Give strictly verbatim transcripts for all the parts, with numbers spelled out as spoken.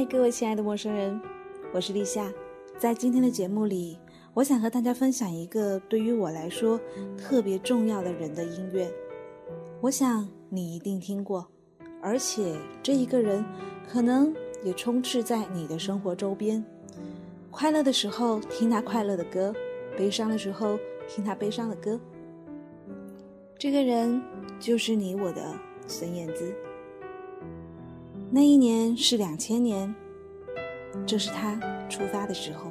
嗨，各位亲爱的陌生人，我是立夏。在今天的节目里，我想和大家分享一个对于我来说特别重要的人的音乐。我想你一定听过，而且这一个人可能也充斥在你的生活周边。快乐的时候听他快乐的歌，悲伤的时候听他悲伤的歌。这个人就是你我的孙燕姿。那一年是两千年，这是他出发的时候。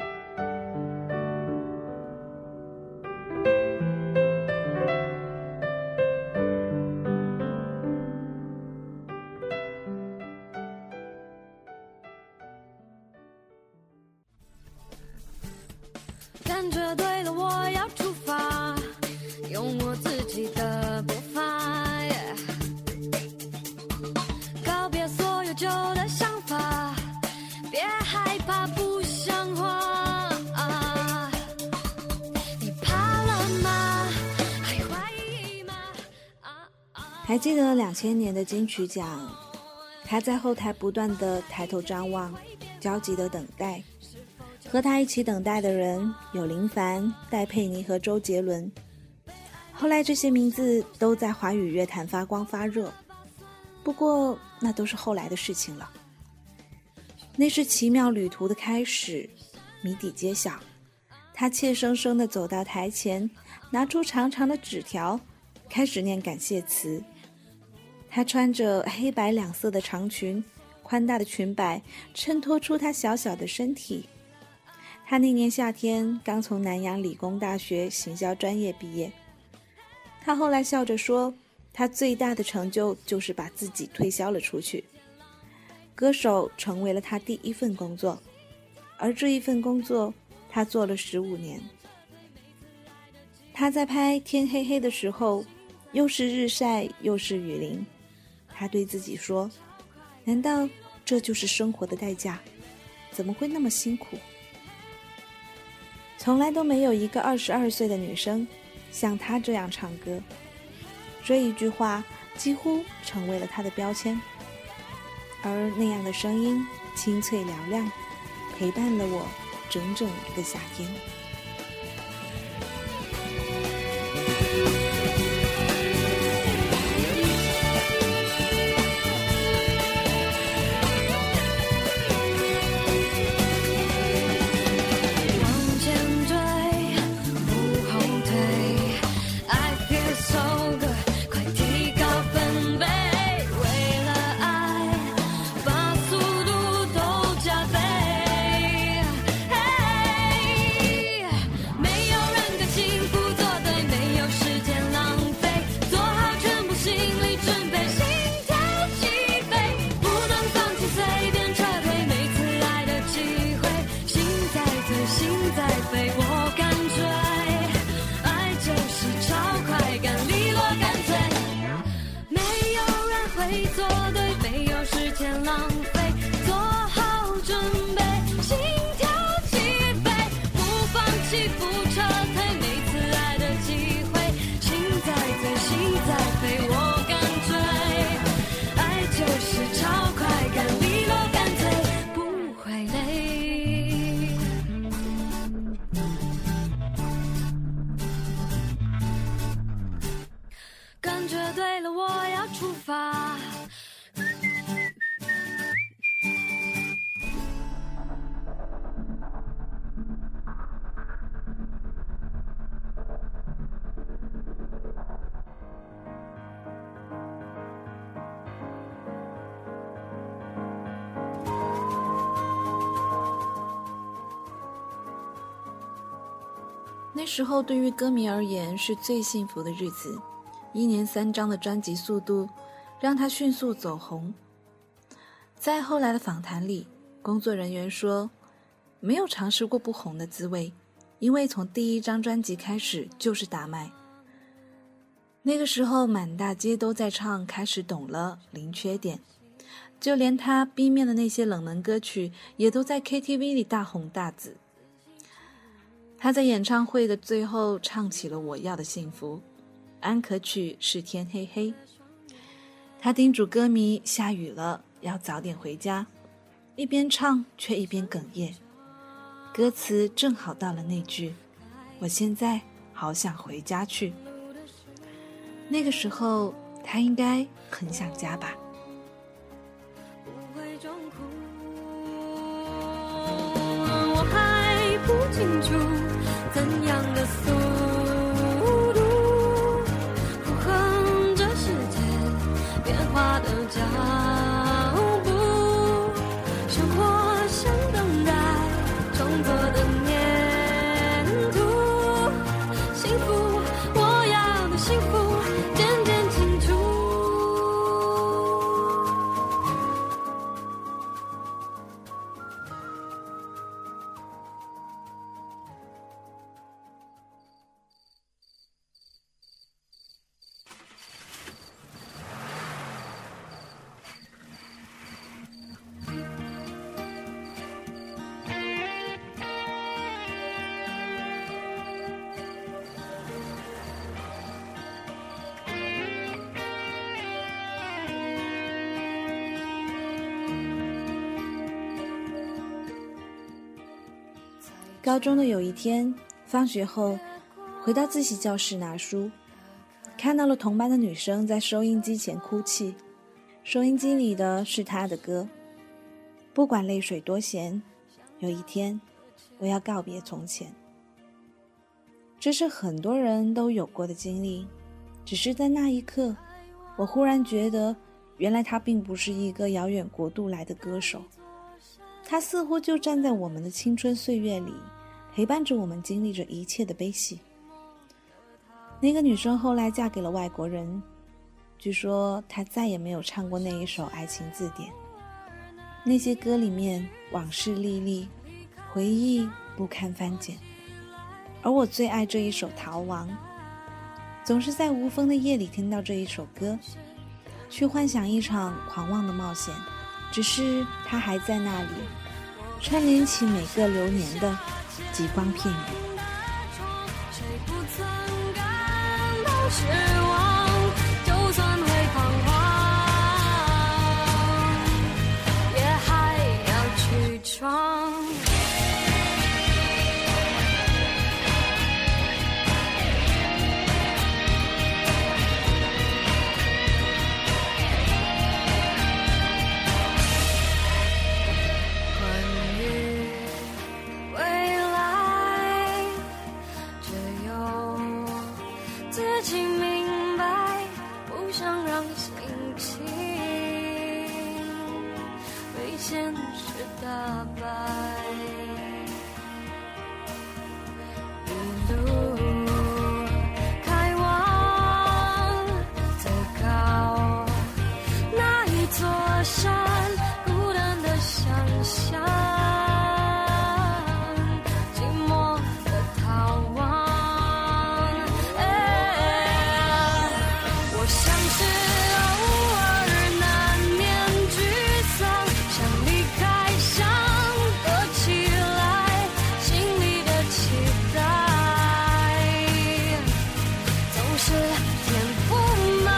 感觉对了，我要出发，用我自己的步伐， yeah、告别所有旧的想法，别害怕不像话、啊、你怕了吗？还怀疑吗？啊啊、 还记得两千年的金曲奖，他在后台不断地抬头张望，焦急地等待。和他一起等待的人有林凡、戴佩妮和周杰伦。后来这些名字都在华语乐坛发光发热，不过那都是后来的事情了。那是奇妙旅途的开始，谜底揭晓。他怯生生地走到台前，拿出长长的纸条，开始念感谢词。他穿着黑白两色的长裙，宽大的裙摆衬托出他小小的身体。他那年夏天刚从南洋理工大学行销专业毕业。他后来笑着说，他最大的成就就是把自己推销了出去。歌手成为了他第一份工作，而这一份工作他做了十五年。他在拍《天黑黑》的时候，又是日晒又是雨淋。他对自己说，难道这就是生活的代价？怎么会那么辛苦？从来都没有一个二十二岁的女生像她这样唱歌，这一句话几乎成为了她的标签。而那样的声音清脆嘹亮，陪伴了我整整一个夏天。 浪费，做好准备，心跳起飞，不放弃，不撤退，每次爱的机会，心在醉，心在飞，我敢追，爱就是超快感，利落干脆，不会累。感觉对了，我要出发。 那时候对于歌迷而言是最幸福的日子，一年三张的专辑速度让他迅速走红。在后来的访谈里，工作人员说没有尝试过不红的滋味，因为从第一张专辑开始就是大卖。那个时候满大街都在唱开始懂了，零缺点，就连他 B 面的那些冷门歌曲也都在 K T V 里大红大紫。他在演唱会的最后唱起了我要的幸福，安可曲是天黑黑。他叮嘱歌迷下雨了要早点回家， 一边唱却一边哽咽。歌词正好到了那句我现在好想回家去。那个时候他应该很想家吧。 我还不清楚怎样的速度符合这世界变化的脚步，生活像等待重做的粘土，幸福我要的幸福渐渐清楚。 高中的有一天，放学后回到自习教室拿书，看到了同班的女生在收音机前哭泣，收音机里的是她的歌。不管泪水多咸，有一天我要告别从前。这是很多人都有过的经历，只是在那一刻，我忽然觉得，原来他并不是一个遥远国度来的歌手，他似乎就站在我们的青春岁月里，陪伴着我们经历着一切的悲喜。那个女生后来嫁给了外国人，据说她再也没有唱过那一首《爱情字典》。那些歌里面往事历历，回忆不堪翻检。而我最爱这一首《逃亡》，总是在无风的夜里听到这一首歌，去幻想一场狂妄的冒险，只是它还在那里，串联起每个流年的极光片语。 谁不曾感到失望，就算会彷徨，也还要去闯。现实打败，一路开往最高那一座山，孤单的想象，寂寞的逃亡。哎，我像是偶尔难免沮丧，想离开，想躲起来，心里的期待总是填不满。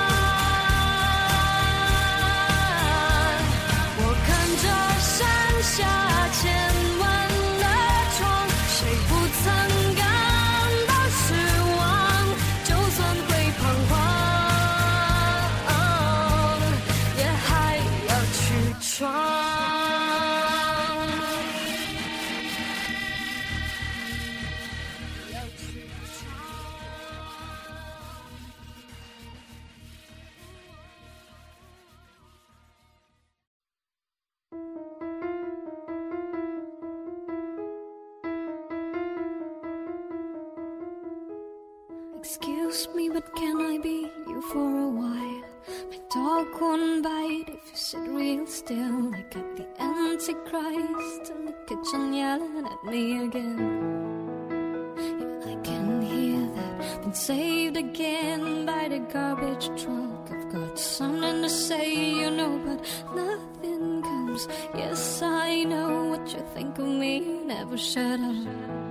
我看着山下千万的窗，谁不曾感到失望？就算会彷徨，也还要去闯。Excuse me, but can I be you for a while? My dog won't bite if you sit real still. I got the Antichrist in the kitchen yelling at me again. Yeah, I can hear that. Been saved again by the garbage truck. I've got something to say, you know, but nothing comes. Yes, I know what you think of me. Never shut up.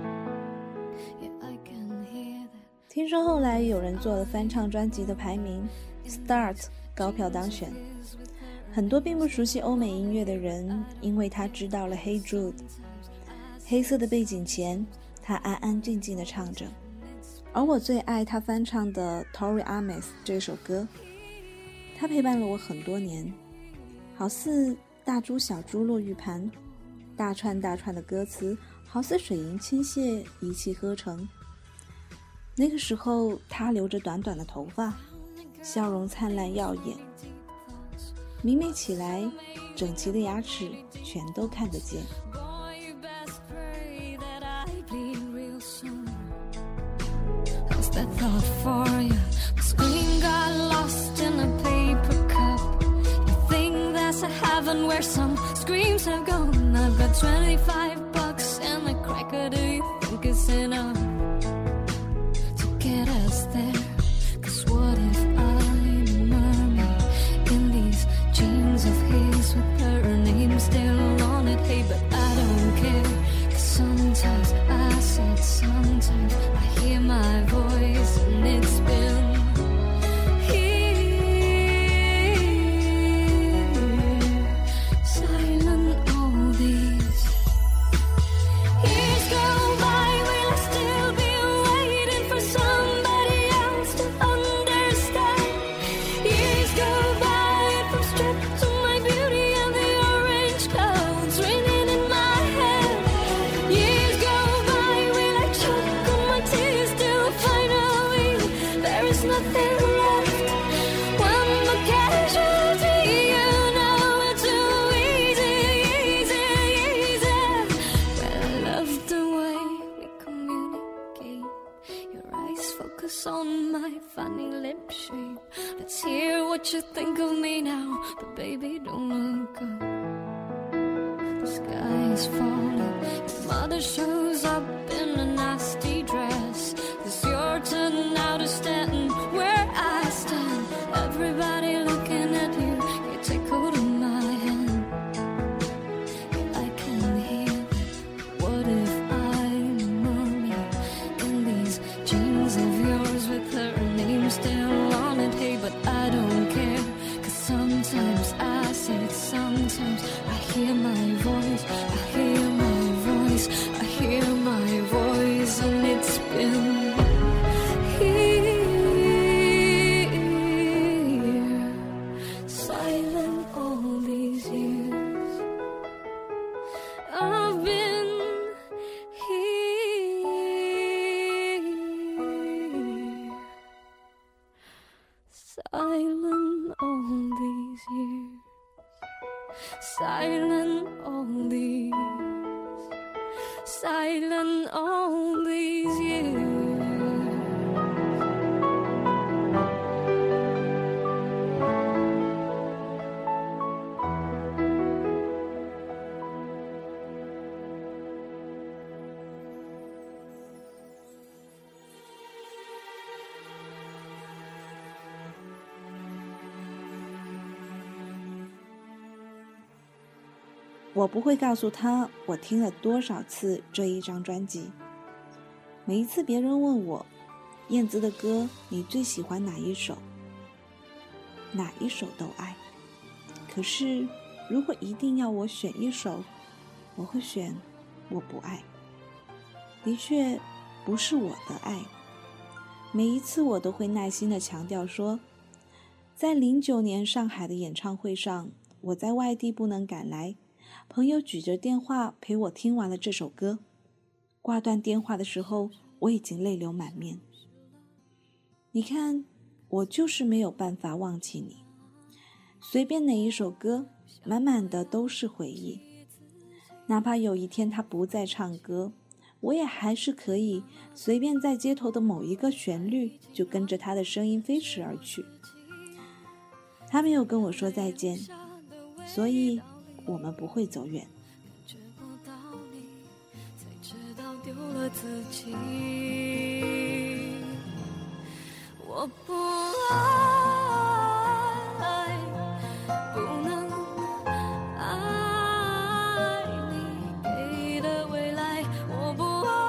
听说后来有人做了翻唱专辑的排名 Start 高票当选， 很多并不熟悉欧美音乐的人，因为他知道了 Hey Jude。 黑色的背景前，他安安静静地唱着，而我最爱他翻唱的 Tori Amos 这首歌，他陪伴了我很多年，好似大珠小珠落玉盘，大串大串的歌词好似水银倾泻，一气呵成。那个时候他留着短短的头发，笑容灿烂耀眼，明媚起来，整齐的牙齿全都看得见。 That thought for you, screen got lost in a paper cup. You think that's a heaven where some screams have gone? I've got twenty-five bucks and a cracker. Do you think it's enough to get us there? Cause what if I'm a mermaid in these jeans of his with her name still on it? Hey, but I don't care, cause sometimes I said sometimes I hear my voice and it's been here, silent all these years go by. Will I still be waiting for somebody else to understand? Years go by if I'm stripped to my beauty and the orange clouds raining in my head. Years go by, will I choke on my tears till finally there is nothing left? One more casualty, you know it's too easy, easy, easy. Well, I love the way we communicate. Your eyes focus on my funny lip shape. Let's hear what you think of me now, but baby, don't look up. The sky is falling. Your mother shows up in a nasty dress. It's your turn now to stand where I stand. Everybody looking at you. You take hold of my hand. Yeah, I can hear them. What if I'm a mermaid in these jeans of yours with her name still on it? Hey, but I don't care, cause sometimes I said sometimes I hear my voice, I hear my voice, I hear my voice, and it's been here, silent all these years. I've been here, silent all these years, silent all these, silent all these years. 我不会告诉他我听了多少次这一张专辑。每一次别人问我，燕姿的歌你最喜欢哪一首？哪一首都爱。可是如果一定要我选一首，我会选我不爱。的确不是我的爱。每一次我都会耐心地强调说，在零九年上海的演唱会上，我在外地不能赶来，朋友举着电话陪我听完了这首歌，挂断电话的时候我已经泪流满面。你看，我就是没有办法忘记你，随便哪一首歌满满的都是回忆，哪怕有一天他不再唱歌，我也还是可以随便在街头的某一个旋律就跟着他的声音飞驰而去。他没有跟我说再见，所以我们不会走远。 觉不到你，才知道丢了自己。我不爱，不能爱你给的未来。我不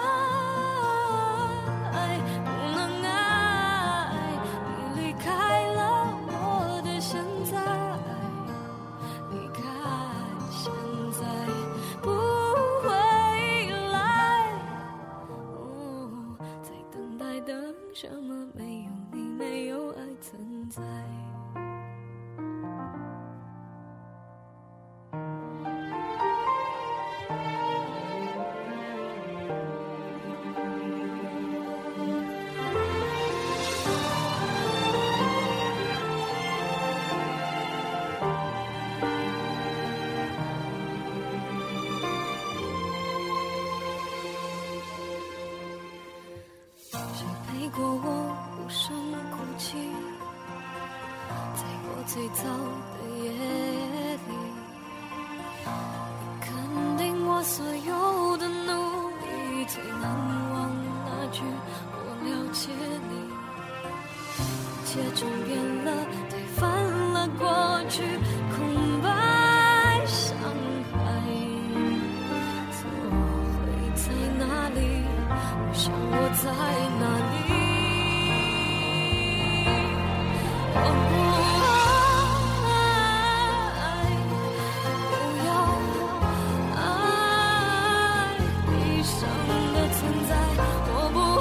爱，不能爱你离开了我的现在。 燥的夜里，你肯定我所有的努力，最难忘那句我了解你。一切转变了，推翻了过去空白伤害，错会在哪里？遇上我在哪里？我不爱，不要爱悲伤的存在。我不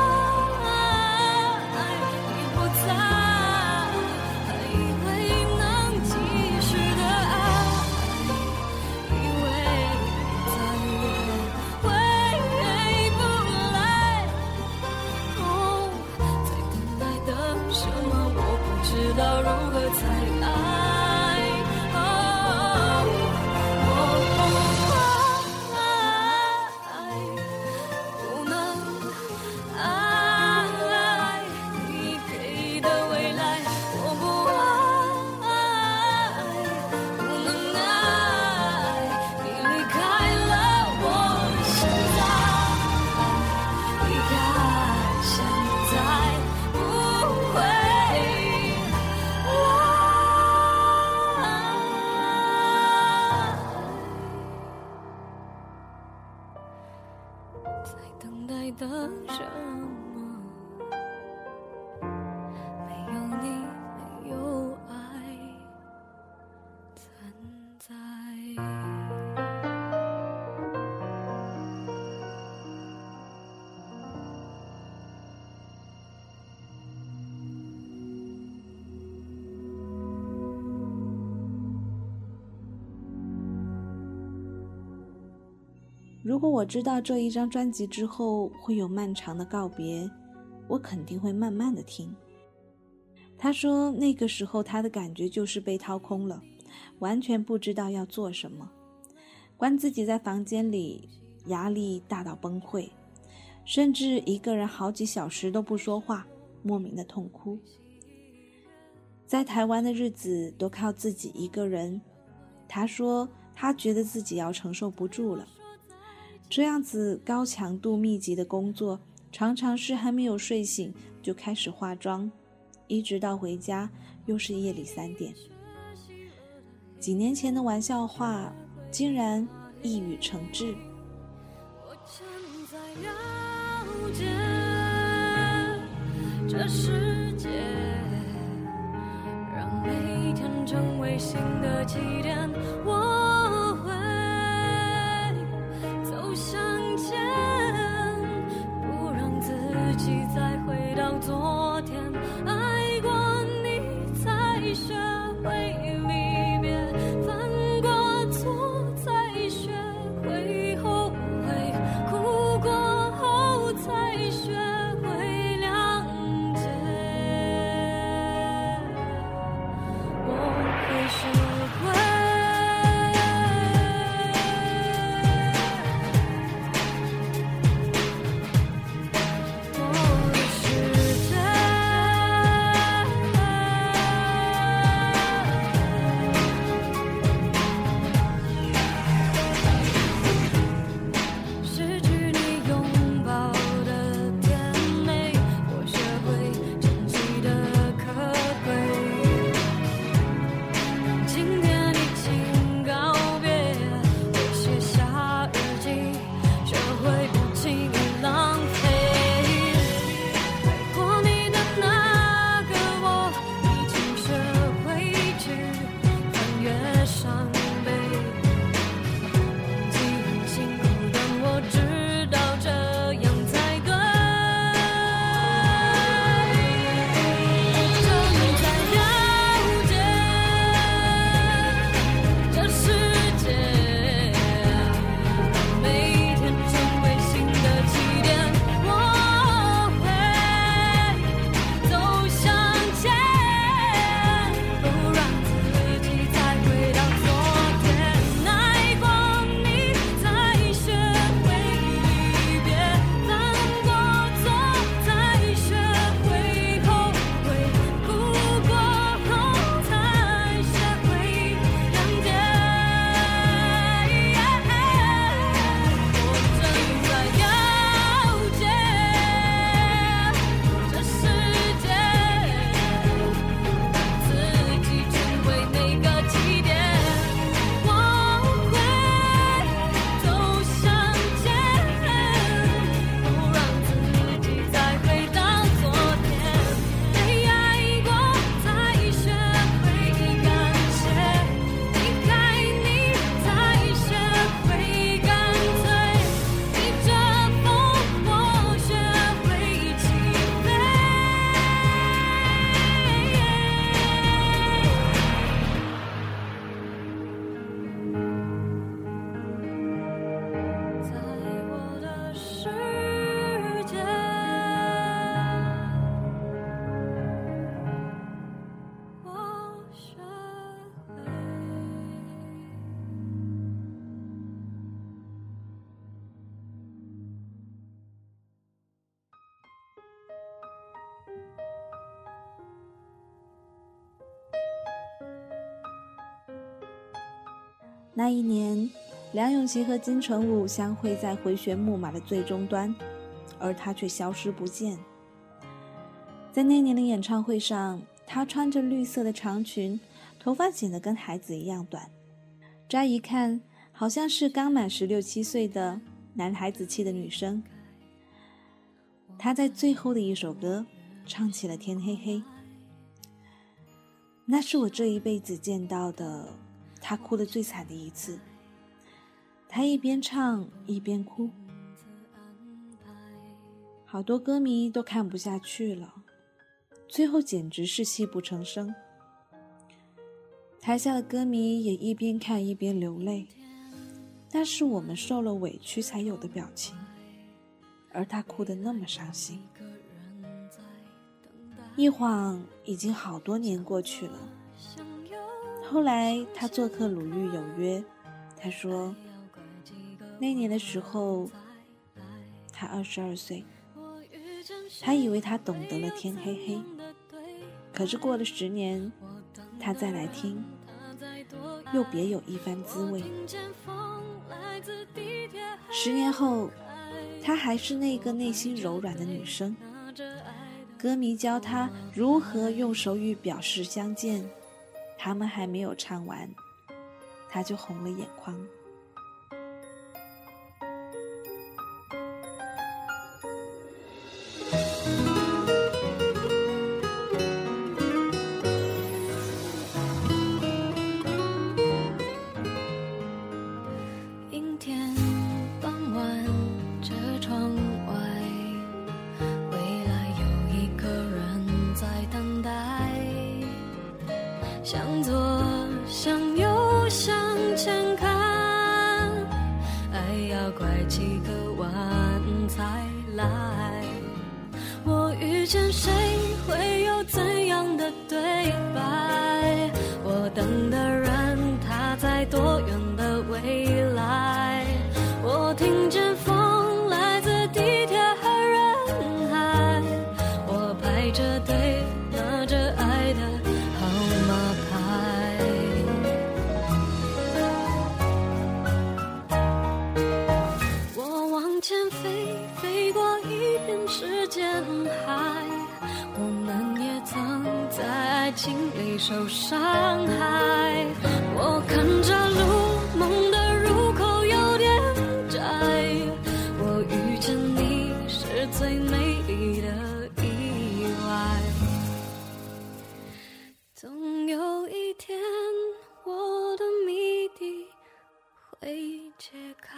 爱，你不在，还以为能继续的爱，以为再也回不来。哦，在等待等什么？我不知道如何才爱。哦，我不爱，不能爱你给的未来。我不爱，不能爱你离开了我现在，离开现在不会来。在等待等什么？没有你，没有爱存在。 如果我知道这一张专辑之后会有漫长的告别，我肯定会慢慢的听。他说那个时候他的感觉就是被掏空了，完全不知道要做什么，关自己在房间里，压力大到崩溃，甚至一个人好几小时都不说话，莫名的痛哭。在台湾的日子都靠自己一个人，他说他觉得自己要承受不住了。这样子高强度密集的工作，常常是还没有睡醒就开始化妆，一直到回家又是夜里三点。几年前的玩笑话竟然一语成谶。 我正在了解这世界，让每天成为新的起点。我会走向前，不让自己再回到昨天。爱过你才学会离别，犯过错才学会后悔，哭过后才学会谅解。我会学会那一年，梁咏琪和金城武相会在回旋木马的最终端，而他却消失不见。在那年的演唱会上，他穿着绿色的长裙，头发剪得跟孩子一样短，乍一看好像是刚满十六七岁的男孩子气的女生。他在最后的一首歌唱起了天黑黑，那是我这一辈子见到的他哭得最惨的一次。他一边唱一边哭，好多歌迷都看不下去了，最后简直是泣不成声。台下的歌迷也一边看一边流泪，那是我们受了委屈才有的表情，而他哭得那么伤心。一晃已经好多年过去了，后来他做客鲁豫有约，他说那年的时候他二十二岁，他以为他懂得了天黑黑，可是过了十年他再来听，又别有一番滋味。十年后她还是那个内心柔软的女生，歌迷教她如何用手语表示相见，他们还没有唱完，她就红了眼眶。 向左向右向前看，爱要拐几个弯才来。我遇见谁会有怎样的对白，我等的人他在多远的未来。我听见风来自地铁和人海，我排着队拿着爱的号码牌。我往前飞，飞过一片时间海，我们也曾在爱情里受伤害。我看着路，梦的入口有点窄，我遇见你是最美丽的意外。总有一天我的谜底会解开。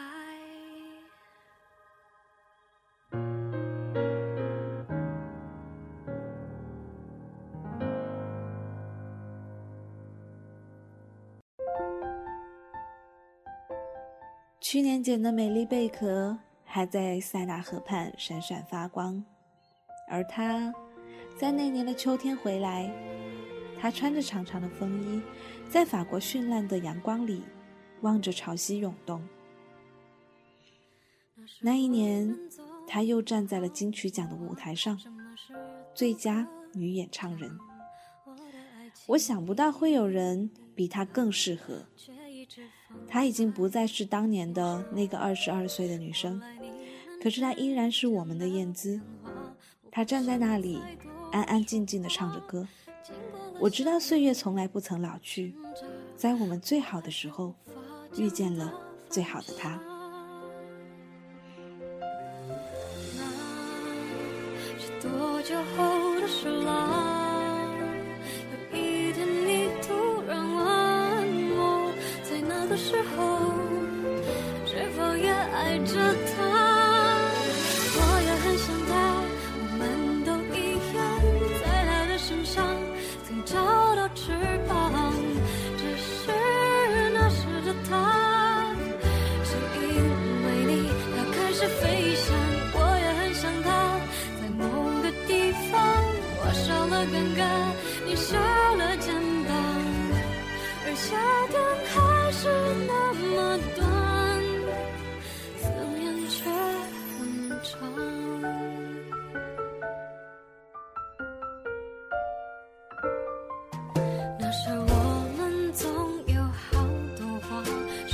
去年捡的美丽贝壳还在塞纳河畔闪闪发光，而他在那年的秋天回来，他穿着长长的风衣，在法国绚烂的阳光里望着潮汐涌动。那一年他又站在了金曲奖的舞台上，最佳女演唱人。我想不到会有人比她更适合。她已经不再是当年的那个二十二岁的女生，可是她依然是我们的燕姿。她站在那里安安静静地唱着歌。我知道岁月从来不曾老去，在我们最好的时候遇见了最好的她。 那是多久后的事了，有一天你突然问我，在那个时候是否也爱着他。我也很想他，我们都一样，在他的身上曾找到翅膀，只是那时的他是因为你他开始飞翔。我也很想他，在某个地方我少了尴尬，你少了肩膀，而夏天还是那么短，思念却很长。那时我们总有好多话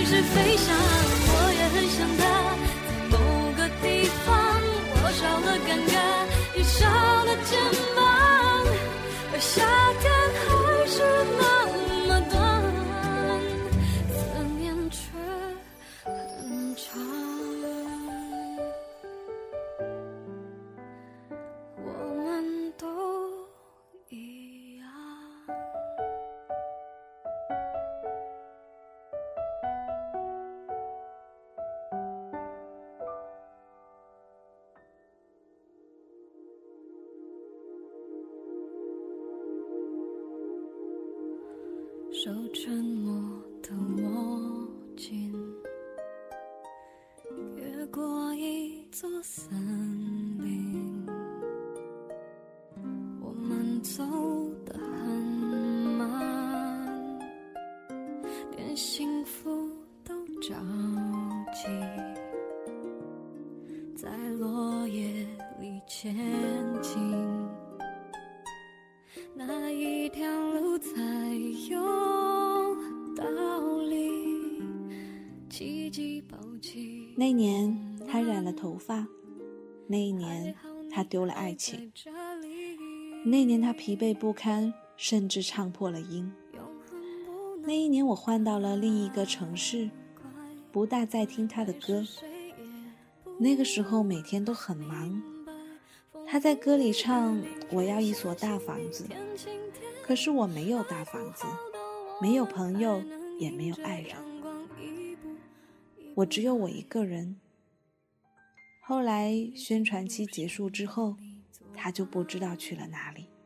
始飞翔。我也很想他，在某个地方，我少了尴尬，也少了肩膀，而夏天还是那么短，思念却很长。我们都一样。手沉默的握紧，越过一座森林，我们走得很慢，连幸福都着急，在落叶里前进，那一条路才有道理，奇迹抱起。 那年他染了头发，那一年他丢了爱情，那年他疲惫不堪，甚至唱破了音。那一年我换到了另一个城市，不大再听他的歌。那个时候每天都很忙，他在歌里唱我要一所大房子，可是我没有大房子，没有朋友，也没有爱人，我只有我一个人。后来宣传期结束之后，他就不知道去了哪里。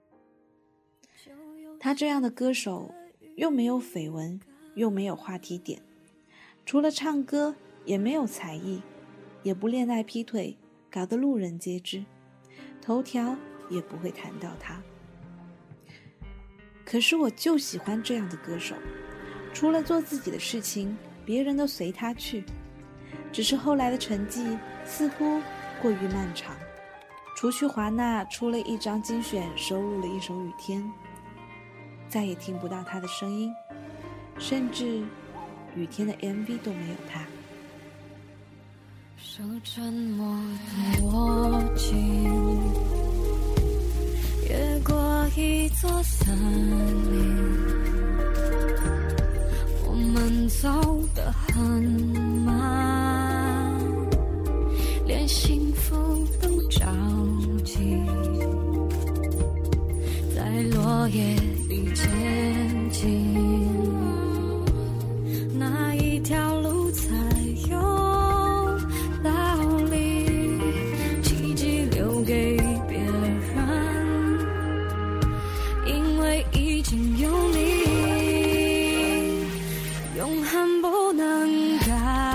他这样的歌手，又没有绯闻，又没有话题点，除了唱歌也没有才艺，也不恋爱劈腿，搞得路人皆知，头条也不会谈到他。可是我就喜欢这样的歌手，除了做自己的事情，别人都随他去。只是后来的成绩似乎过于漫长，除去华纳出了一张精选，收录了一首《雨天》，再也听不到他的声音，甚至《雨天》的 M V 都没有他。 手沉默的握紧，越过一座森林，我们走得很慢，连幸福都着急，在落叶里前进，那一条路才有道理，奇迹留给别人，因为已经有你，永恒不能赶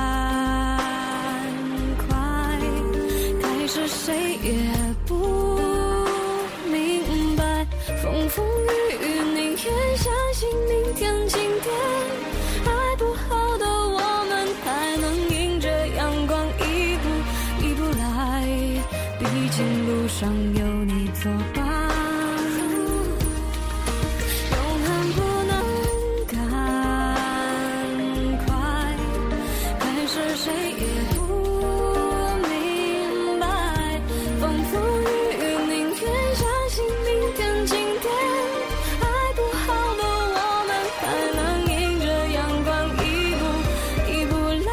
快，开始谁也不明白，风风雨雨宁愿相信明天晴天，爱不好的我们还能迎着阳光一步一步来，毕竟路上有你作伴，永恒不能赶快，开始谁也不明白，风风雨雨宁愿相信明天晴天，爱不好的我们还能迎着阳光一步一步来，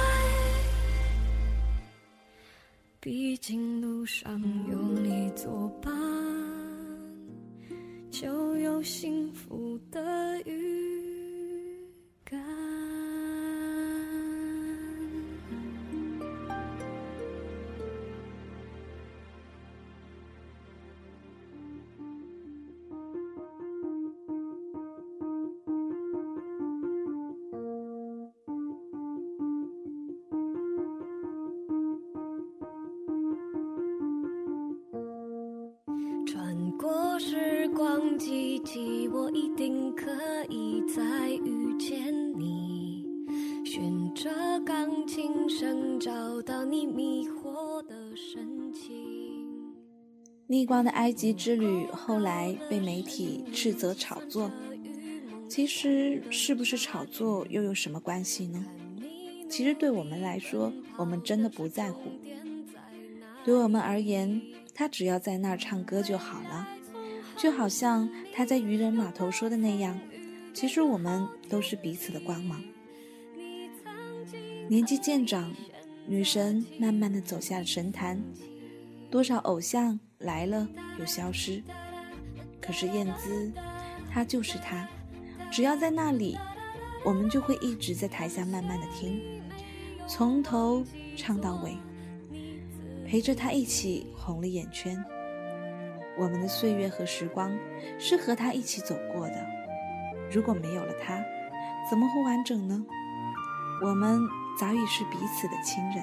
毕竟路上有你作伴，就有幸福的预感。穿过时光机器，我一定可以再遇见你，循着钢琴声找到你迷惑的神情。 逆光的埃及之旅后来被媒体斥责炒作， 其实是不是炒作又有什么关系呢？其实对我们来说，我们真的不在乎。对我们而言，他只要在那儿唱歌就好了，就好像他在渔人码头说的那样，其实我们都是彼此的光芒。年纪渐长，女神慢慢地走下了神坛，多少偶像来了又消失，可是燕姿，她就是她，只要在那里，我们就会一直在台下慢慢地听，从头唱到尾，陪着她一起红了眼圈。我们的岁月和时光是和她一起走过的，如果没有了她，怎么会完整呢？我们早已是彼此的亲人。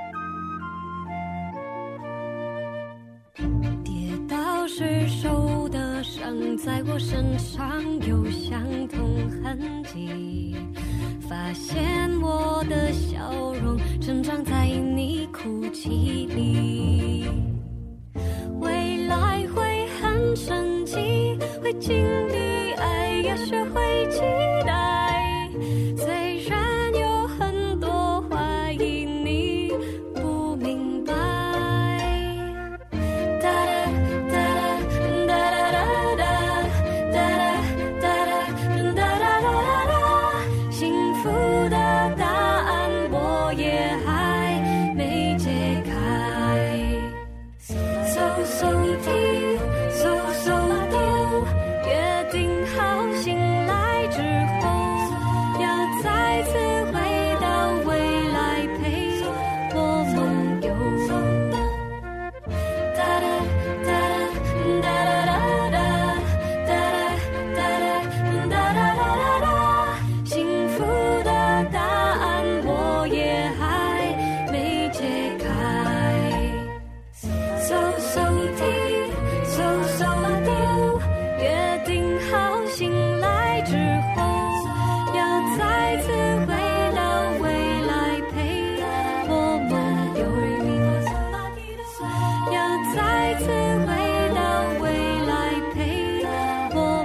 跌倒时受的伤，在我身上有相同痕迹，发现我的笑容成长在你哭泣里，未来会很神奇，会经历爱，也学会期待，虽然有很多怀疑你不明白。哒哒哒哒哒哒哒哒哒哒哒哒，幸福的答案我也还没解开。So so deep, so so deep， 约定好醒来之后，要再次回到未来陪我梦游。哒哒哒哒哒哒哒哒哒哒哒哒哒，幸福的答案我也还没解开。So so deep, so so deep， 约定好醒来之后，要再次回到未来陪我梦游，要再次回到未来陪我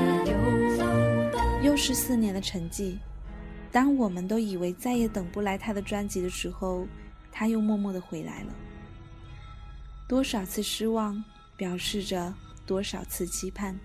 梦游。 又是四年的沉寂，当我们都以为再也等不来他的专辑的时候，他又默默地回来了。多少次失望，表示着多少次期盼。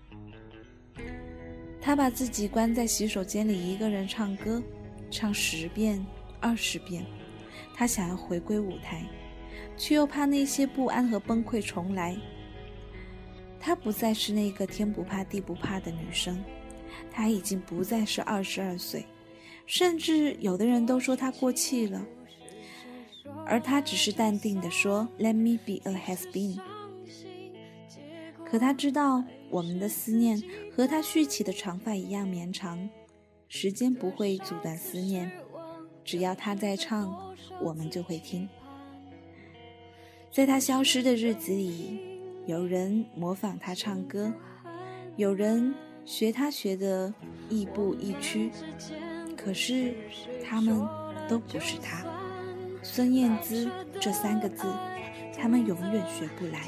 他把自己关在洗手间里一个人唱歌，唱十遍二十遍。他想要回归舞台，却又怕那些不安和崩溃重来。她不再是那个天不怕地不怕的女生，她已经不再是二十二岁，甚至有的人都说她过气了，而她只是淡定地说 Let me be a has been。 可她知道我们的思念和她蓄起的长发一样绵长，时间不会阻断思念，只要她在唱，我们就会听。在她消失的日子里，有人模仿她唱歌，有人学她学得亦步亦趋，可是他们都不是她。孙燕姿这三个字，他们永远学不来。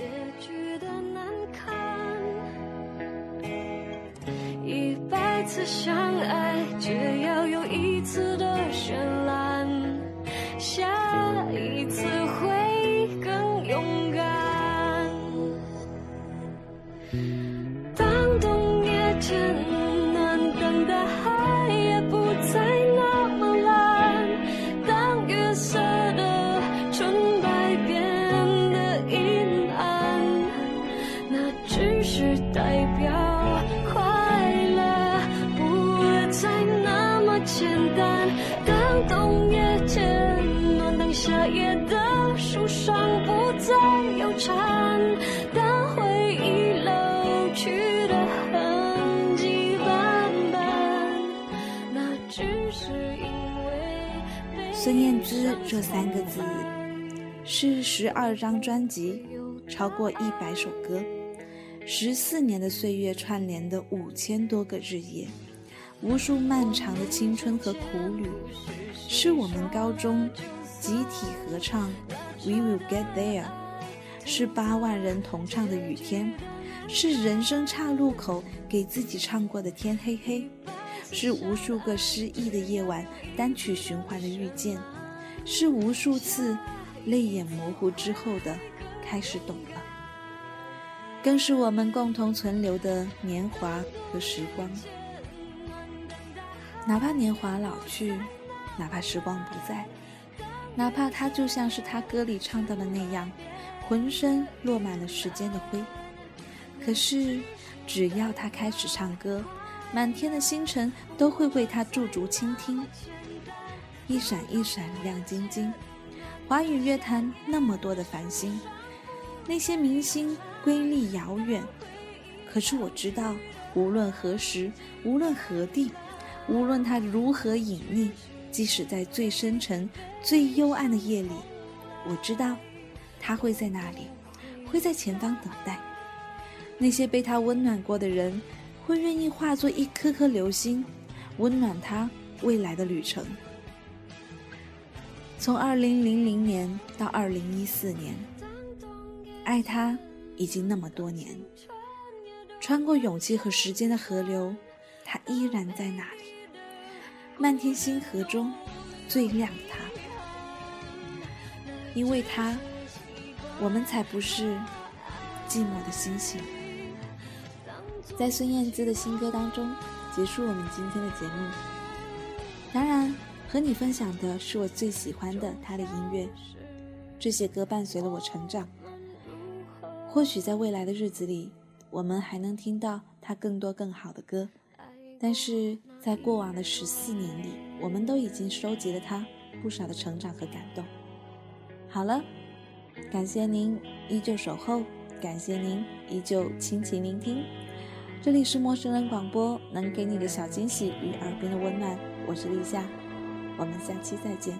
一百次相爱，只要有一次的绚烂，下一次会更勇敢。当冬夜渐暖，当大海也不再那么蓝，当月色的纯白变得阴暗，那只是代表简单。当冬夜渐暖，当夏夜的树上不再有蝉，当回忆老去的痕迹斑斑，那只是因为孙燕姿这三个字是十二张专辑，超过一百首歌，十四年的岁月串联的五千多个日夜，无数漫长的青春和苦旅，是我们高中集体合唱 We Will Get There， 是八万人同唱的雨天，是人生岔路口给自己唱过的天黑黑，是无数个失意的夜晚单曲循环的遇见，是无数次泪眼模糊之后的开始懂了，更是我们共同存留的年华和时光。哪怕年华老去，哪怕时光不在，哪怕它就像是他歌里唱到的那样，浑身落满了时间的灰，可是只要他开始唱歌，满天的星辰都会为他驻足倾听，一闪一闪亮晶晶。华语乐坛那么多的繁星，那些明星瑰丽遥远，可是我知道，无论何时，无论何地，无论他如何隐匿，即使在最深沉最幽暗的夜里，我知道他会在那里，会在前方等待。那些被他温暖过的人，会愿意化作一颗颗流星，温暖他未来的旅程。从二零零零年到二零一四年，爱他已经那么多年，穿过勇气和时间的河流，他依然在那里，漫天星河中最亮的他。因为他，我们才不是寂寞的星星。在孙燕姿的新歌当中结束我们今天的节目，当然和你分享的是我最喜欢的她的音乐，这些歌伴随了我成长。或许在未来的日子里，我们还能听到她更多更好的歌，但是在过往的十四年里，我们都已经收集了她不少的成长和感动。好了，感谢您依旧守候，感谢您依旧倾情聆听。这里是陌生人广播，能给你的小惊喜与耳边的温暖，我是立夏，我们下期再见。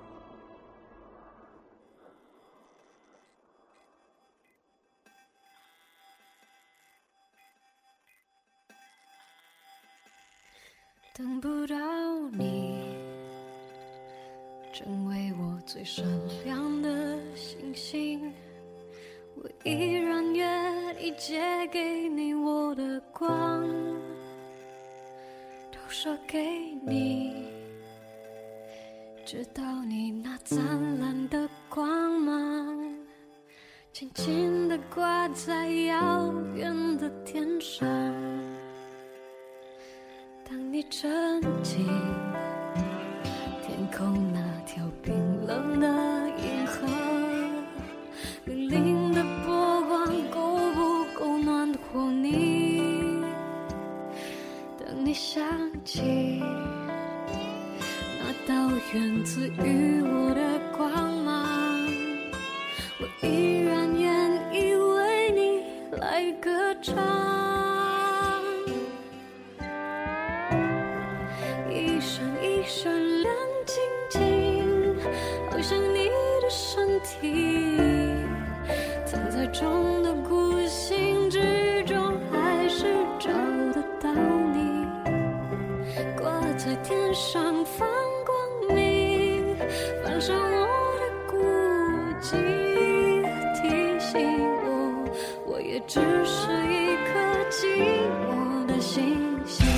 等不到你，成为我最闪亮的星星，我依然愿意借给你我的光，都射给你，直到你那灿烂的光芒轻轻地挂在遥远的天上。当你沉浸天空那条冰冷的银河，粼粼的波光够不够暖和你？当你想起那道源自于我的光芒，我依然愿意为你来歌唱。一闪一闪亮晶晶，好像你的身体，藏在中的孤星之中，还是找得到你，挂在天上放光明，反射我的孤寂，提醒我，我也只是一颗寂寞的星星。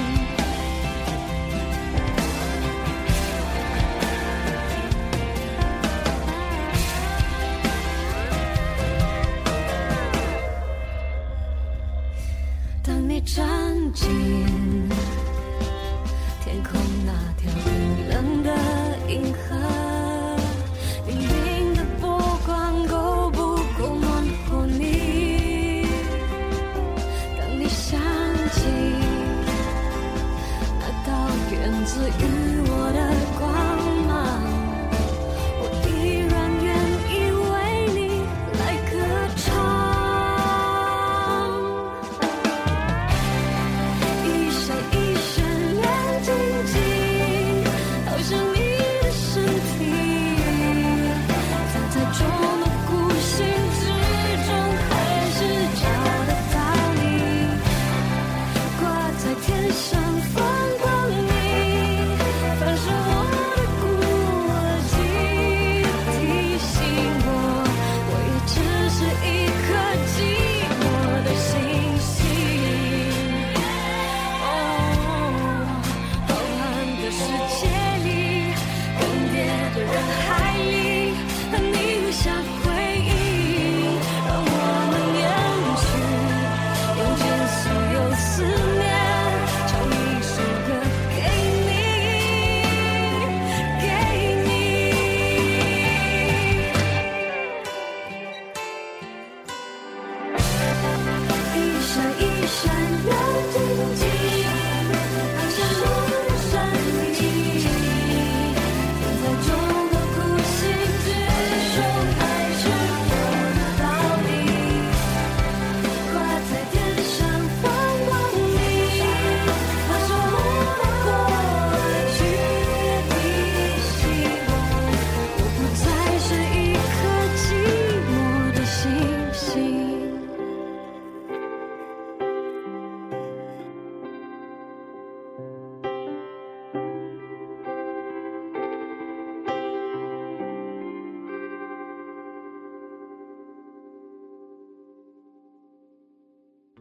当你站进天空那条冰冷的银河，粼粼的波光够不够暖和你？当你想起那道源自于我的光芒，我依然愿意为你来歌唱。一闪一闪亮晶晶，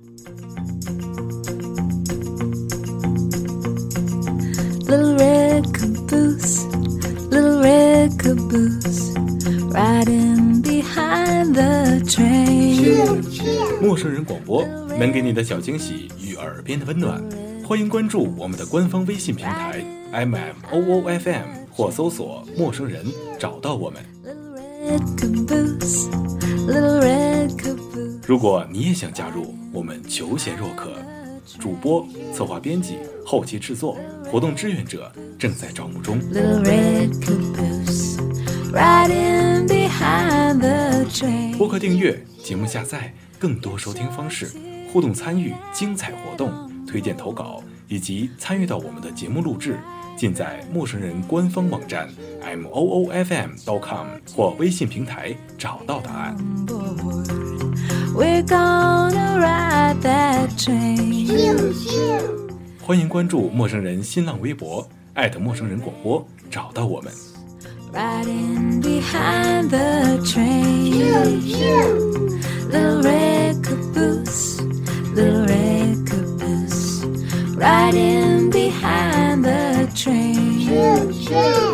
Little red caboose, little red caboose, riding behind the train. 陌生人广播能给你的小惊喜与耳边的温暖，欢迎关注我们的官方微信平台 M M O O F M 或搜索陌生人找到我们。如果你也想加入，我们求贤若渴，主播、策划编辑、后期制作、活动志愿者正在招募中。播客订阅、节目下载、更多收听方式、互动参与、精彩活动、推荐投稿以及参与到我们的节目录制，尽在陌生人官方网站 M O O F M dot com 或微信平台找到答案。 We're gonna ride that train. 欢迎关注陌生人新浪微博艾特陌生人广播，找到我们。 Riding behind the train. Little red caboose, little red caboose, riding behind the train.